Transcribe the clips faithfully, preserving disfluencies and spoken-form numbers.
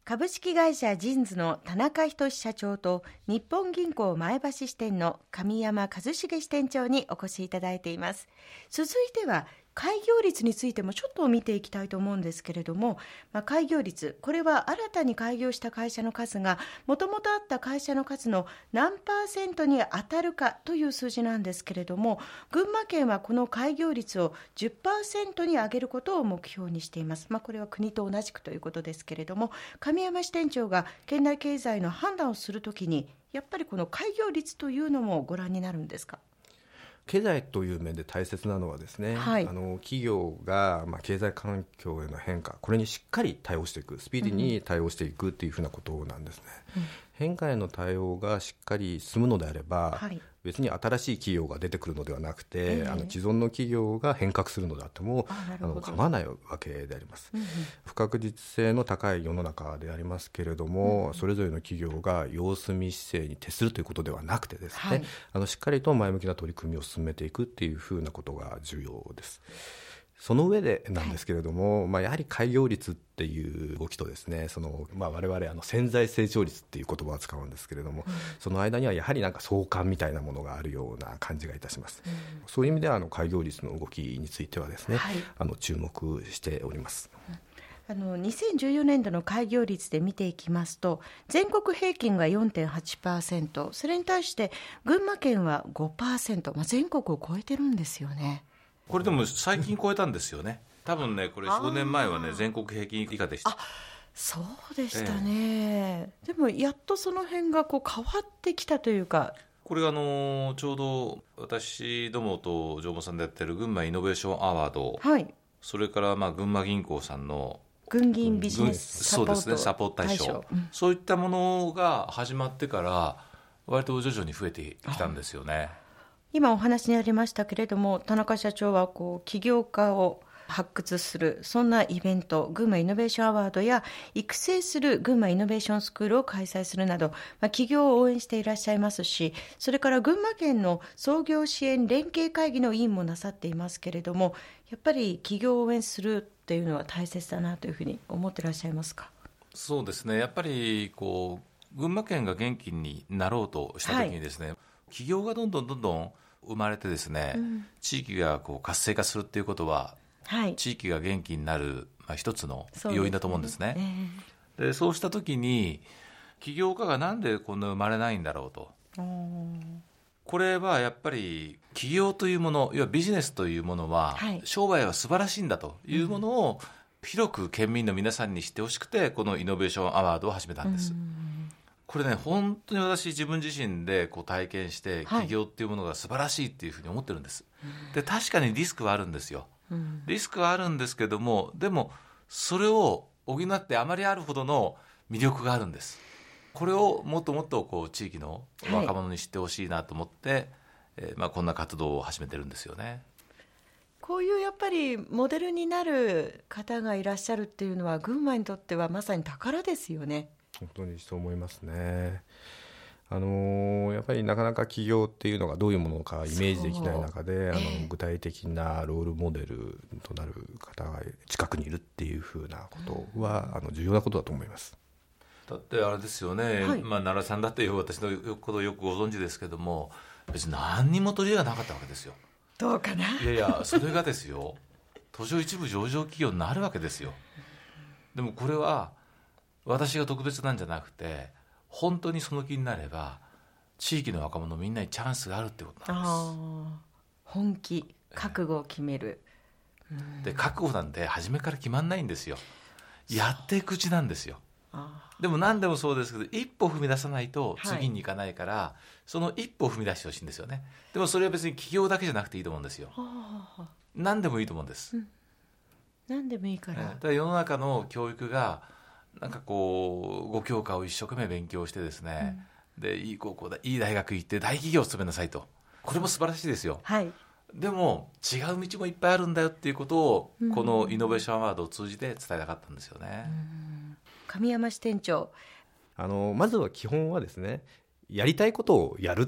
株式会社ジンズの田中仁社長と日本銀行前橋支店の神山和重支店長にお越しいただいています。続いては開業率についてもちょっと見ていきたいと思うんですけれども、まあ、開業率、これは新たに開業した会社の数がもともとあった会社の数の何パーセントに当たるかという数字なんですけれども、群馬県はこの開業率を じゅっパーセント に上げることを目標にしています。まあ、これは国と同じくということですけれども、神山支店長が県内経済の判断をするときにやっぱりこの開業率というのもご覧になるんですか？ 経済という面で大切なのはですね、はい、あの企業が、まあ、経済環境への変化、これにしっかり対応していく、スピーディーに対応していくというふうなことなんですね、うん、変化への対応がしっかり進むのであれば、はい、別に新しい企業が出てくるのではなくて、えー、あの既存の企業が変革するのであってもああの構わないわけであります、うんうん、不確実性の高い世の中でありますけれども、うん、それぞれの企業が様子見姿勢に徹するということではなくてですね、はい、あのしっかりと前向きな取り組みを進めていくっていうふうなことが重要です。その上でなんですけれども、はい、まあ、やはり開業率っていう動きとですね、その、まあ、我々あの潜在成長率っていう言葉を使うんですけれども、うん、その間にはやはりなんか相関みたいなものがあるような感じがいたします、うん、そういう意味ではあの開業率の動きについてはですね、はい、あの注目しております、 うん、あのにせんじゅうよねんどの開業率で見ていきますと、全国平均が よんてんはちパーセント、 それに対して群馬県は ごパーセント、まあ、全国を超えてるんですよね。 これでも最近超えたんですよね。多分ね、これよねんまえはね全国平均以下でした。 あ、そうでしたね、えー、でもやっとその辺がこう変わってきたというか、 これあのちょうど私どもと上本さんでやってる群馬イノベーションアワード、はい、それからまあ群馬銀行さんの群銀ビジネスサポート、 そうですね、サポート大賞、うん、そういったものが始まってから割と徐々に増えてきたんですよね。 今お話にありましたけれども、田中社長はこう起業家を発掘する、そんなイベント、群馬イノベーションアワードや育成する群馬イノベーションスクールを開催するなど、まあ、起業を応援していらっしゃいますし、それから群馬県の創業支援連携会議の委員もなさっていますけれども、やっぱり起業を応援するっていうのは大切だなというふうに思ってらっしゃいますか？ そうですね、やっぱりこう群馬県が元気になろうとしたときにですね、はい、起業がどんどんどんどん生まれてですね、うん、地域がこう活性化するっていうことは、はい、地域が元気になる、まあ、一つの要因だと思うんですね。そうですね、えー、でそうしたときに起業家がなんでこんな生まれないんだろうと。これはやっぱり起業というもの、要はビジネスというものは、はい、商売は素晴らしいんだというものを広く県民の皆さんに知ってほしくて、このイノベーションアワードを始めたんです。これね、本当に私自分自身でこう体験して起業っていうものが素晴らしいっていうふうに思ってるんです、はい、で確かにリスクはあるんですよ、うん、リスクはあるんですけども、でもそれを補ってあまりあるほどの魅力があるんです。これをもっともっとこう地域の若者に知ってほしいなと思って、はい、えーまあ、こんな活動を始めてるんですよね。 こういうやっぱりモデルになる方がいらっしゃるっていうのは群馬にとってはまさに宝ですよね。 本当にそう思いますね。あのー、やっぱりなかなか起業っていうのがどういうものかイメージできない中で、あの具体的なロールモデルとなる方が近くにいるっていうふうなことは、うん、あの重要なことだと思います。 だってあれですよね、はい、まあ、奈良さんだって私のことをよくご存知ですけども、別に何にも取り柄がなかったわけですよ。 どうかな。 いやいや、それがですよ途上一部上場企業になるわけですよ。でもこれは私が特別なんじゃなくて、本当にその気になれば地域の若者みんなにチャンスがあるってことなんです。 あ、本気覚悟を決める、 えー、で覚悟なんて初めから決まんないんですよ。やっていくうちなんですよ。あ、でも何でもそうですけど、一歩踏み出さないと次に行かないから、はい、その一歩を踏み出してほしいんですよね。でもそれは別に起業だけじゃなくていいと思うんですよ。何でもいいと思うんです、うん、 何でもいいから、 えー、だから世の中の教育がなんかこうご教科を一生懸命勉強してですね、うん、でいい高校だ、いい大学行って大企業を務めなさいと、これも素晴らしいですよ、はい、でも違う道もいっぱいあるんだよっていうことを、うん、このイノベーションアワードを通じて伝えたかったんですよね。 うん、神山支店長、 あのまずは基本はですね、やりたいことをやるっ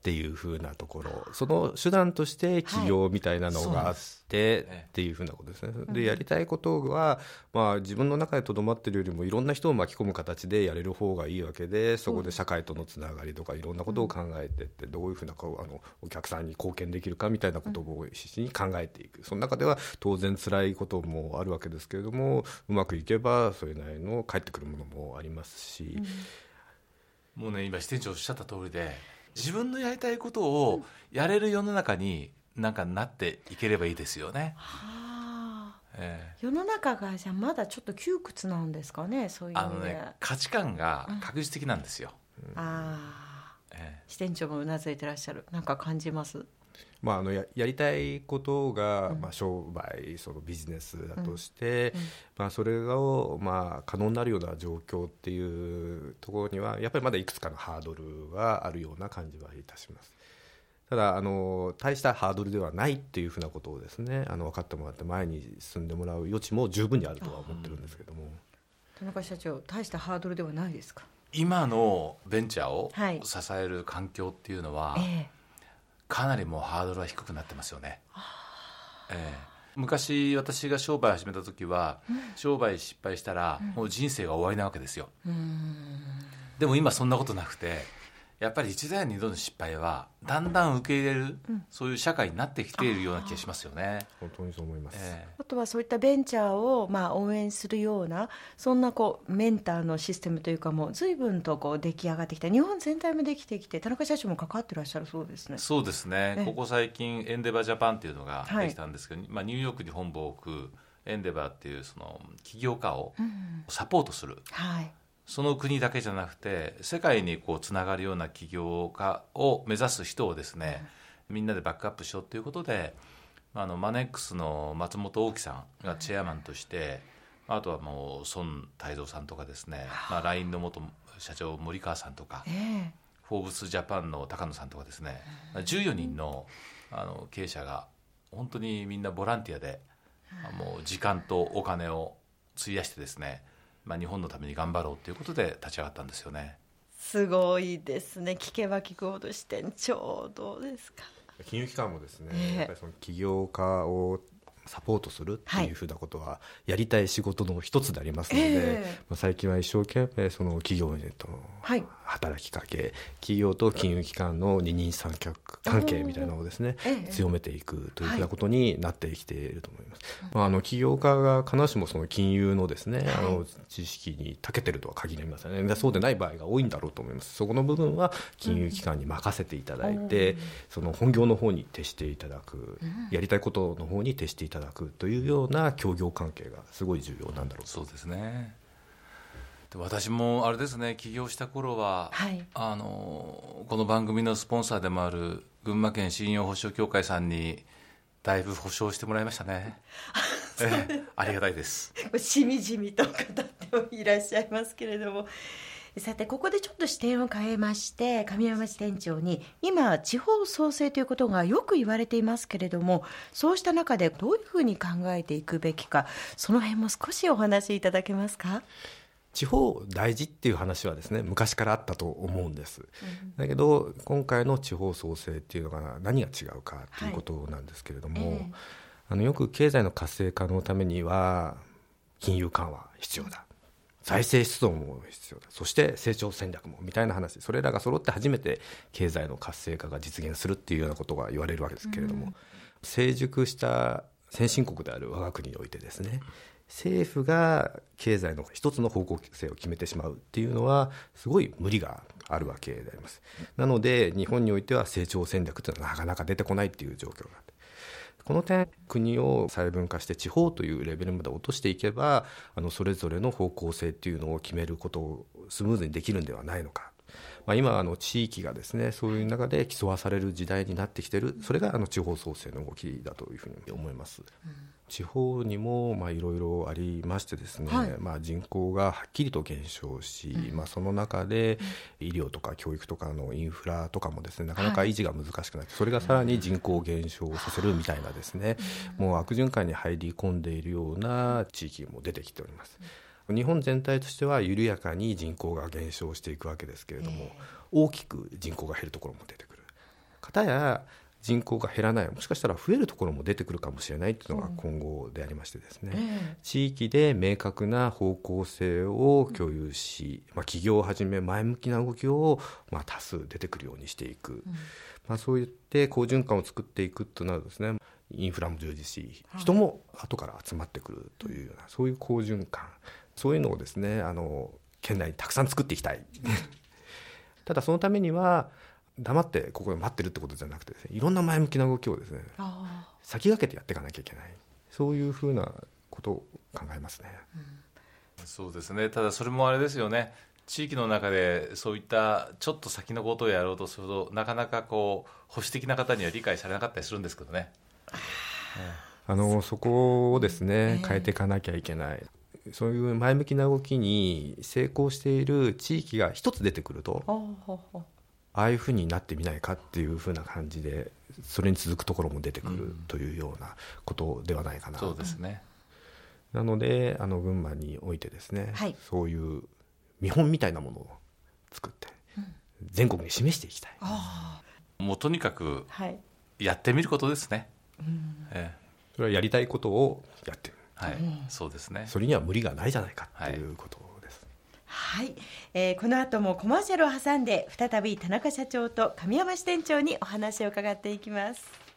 っていう風なところ、その手段として起業みたいなのがあって、はい、っていう風なことですね。でやりたいことは、まあ、自分の中でとどまっているよりもいろんな人を巻き込む形でやれる方がいいわけで、そこで社会とのつながりとかいろんなことを考えていって、どういう風なこうあのお客さんに貢献できるかみたいなことを必死に考えていく。その中では当然辛いこともあるわけですけれども、うまくいけばそれなりの返ってくるものもありますし、 うん、もうね今支店長おっしゃった通りで、自分のやりたいことをやれる世の中になんかなっていければいいですよね。 はあ、 えー、世の中がじゃあまだちょっと窮屈なんですかね。そういうあのね、価値観が確実的なんですよ、 うん、ああ、えー、支店長もうなずいてらっしゃる。なんか感じます。 まあ、あの や, やりたいことが、まあ、商売、そのビジネスだとして、うんうん、まあ、それを、まあ、可能になるような状況っていうところにはやっぱりまだいくつかのハードルはあるような感じはいたします。ただあの大したハードルではないっていうふうなことをですね、あの分かってもらって前に進んでもらう余地も十分にあるとは思ってるんですけども。 田中社長、大したハードルではないですか。 今のベンチャーを支える環境っていうのは、はい、えーかなりもうハードルは低くなってますよね、えー、昔私が商売始めた時は、うん、商売失敗したら、うん、もう人生が終わりなわけですよ。うーん、でも今そんなことなくて、やっぱり一度や二度の失敗はだんだん受け入れる、うん、そういう社会になってきているような気がしますよね。 本当にそう思います、 えー、あとはそういったベンチャーをまあ応援するような、そんなこうメンターのシステムというか、もう随分とこう出来上がってきた、日本全体もできてきて、田中社長も関わってらっしゃるそうですね。 そうですね、ここ最近エンデバージャパンっていうのができたんですけど、はい、まあ、ニューヨークに本部を置くエンデバーっていうその起業家をサポートする、うん、はい、その国だけじゃなくて世界にこうつながるような起業家を目指す人をですね、うん、みんなでバックアップしようということで、あのマネックスの松本大樹さんがチェアマンとして、うん、あとはもう孫泰造さんとかですね、まあ、ライン の元社長森川さんとか、えー、フォーブスジャパンの高野さんとかですね、うん、じゅうよにん の, あの経営者が本当にみんなボランティアで、うん、もう時間とお金を費やしてですね、まあ、日本のために頑張ろうということで立ち上がったんですよね。 すごいですね。聞けば聞くほど支店長どうですか。 金融機関もですね、えー、やっぱりその起業家をサポートするっていうふうなことはやりたい仕事の一つでありますので、えーまあ、最近は一生懸命その企業との働きかけ、はい、企業と金融機関の二人三脚関係みたいなのをですね、えー、強めていくというふうなことになってきていると思います、はい、まあ、あの起業家が必ずしもその金融のですね、はい、あの知識に長けてるとは限りませんね。そうでない場合が多いんだろうと思います。そこの部分は金融機関に任せていただいて、うん、その本業の方に徹していただく、うん、やりたいことの方に徹していただくというような協業関係がすごい重要なんだろうと。 そうですね。で私もあれですね、起業した頃は、はい、あのこの番組のスポンサーでもある群馬県信用保証協会さんにだいぶ保証してもらいましたね。ええ、ありがたいです。 しみじみと語っていらっしゃいますけれども、さてここでちょっと視点を変えまして、神山支店長に今地方創生ということがよく言われていますけれども、そうした中でどういうふうに考えていくべきか、その辺も少しお話しいただけますか。 地方大事っていう話はですね、昔からあったと思うんです、うん、だけど今回の地方創生っていうのが何が違うかということなんですけれども、はい、えー、あのよく経済の活性化のためには金融緩和必要だ、財政出動も必要だ、そして成長戦略もみたいな話、それらが揃って初めて経済の活性化が実現するっていうようなことが言われるわけですけれども、うん、成熟した先進国である我が国においてですね、政府が経済の一つの方向性を決めてしまうっていうのはすごい無理があるわけであります。なので日本においては成長戦略というのはなかなか出てこないっていう状況があって、この点国を細分化して地方というレベルまで落としていけば、あのそれぞれの方向性っていうのを決めることをスムーズにできるんではないのか。まあ、今あの地域がですね、そういう中で競わされる時代になってきている、それがあの地方創生の動きだというふうに思います、うん、地方にもまあいろいろありましてですね、はい、まあ、人口がはっきりと減少し、うん、まあ、その中で医療とか教育とかのインフラとかもですね、なかなか維持が難しくなって、それがさらに人口を減少させるみたいなですね、もう悪循環に入り込んでいるような地域も出てきております。日本全体としては緩やかに人口が減少していくわけですけれども、えー、大きく人口が減るところも出てくる。 片や人口が減らない、もしかしたら増えるところも出てくるかもしれないというのが今後でありましてですね、うんえー、地域で明確な方向性を共有し、まあ、企業をはじめ前向きな動きをまあ多数出てくるようにしていく、うんまあ、そういって好循環を作っていくとなるとですね、インフラも充実し、人も後から集まってくるというような、そういう好循環、そういうのをですね、あの県内にたくさん作っていきたいただそのためには黙ってここで待ってるってことじゃなくてですね、いろんな前向きな動きをですね、先駆けてやっていかなきゃいけない、そういうふうなことを考えますね、 うん、そうですね。ただそれもあれですよね、地域の中でそういったちょっと先のことをやろうとすると、なかなかこう保守的な方には理解されなかったりするんですけどね。 あのそこをですね、変えていかなきゃいけない、そういう前向きな動きに成功している地域が一つ出てくると、ああいうふうになってみないかっていうふうな感じで、それに続くところも出てくるというようなことではないかな、 うん、そうですね。 なのであの群馬においてですね、 はい、 そういう見本みたいなものを作って、うん、全国に示していきたい。 あもうとにかくやってみることですね、はいええ、それはやりたいことをやってる、 はいうん、そうですね。 それには無理がないじゃないかということです、 はいはいえー、この後もコマーシャルを挟んで再び田中社長と神山支店長にお話を伺っていきます。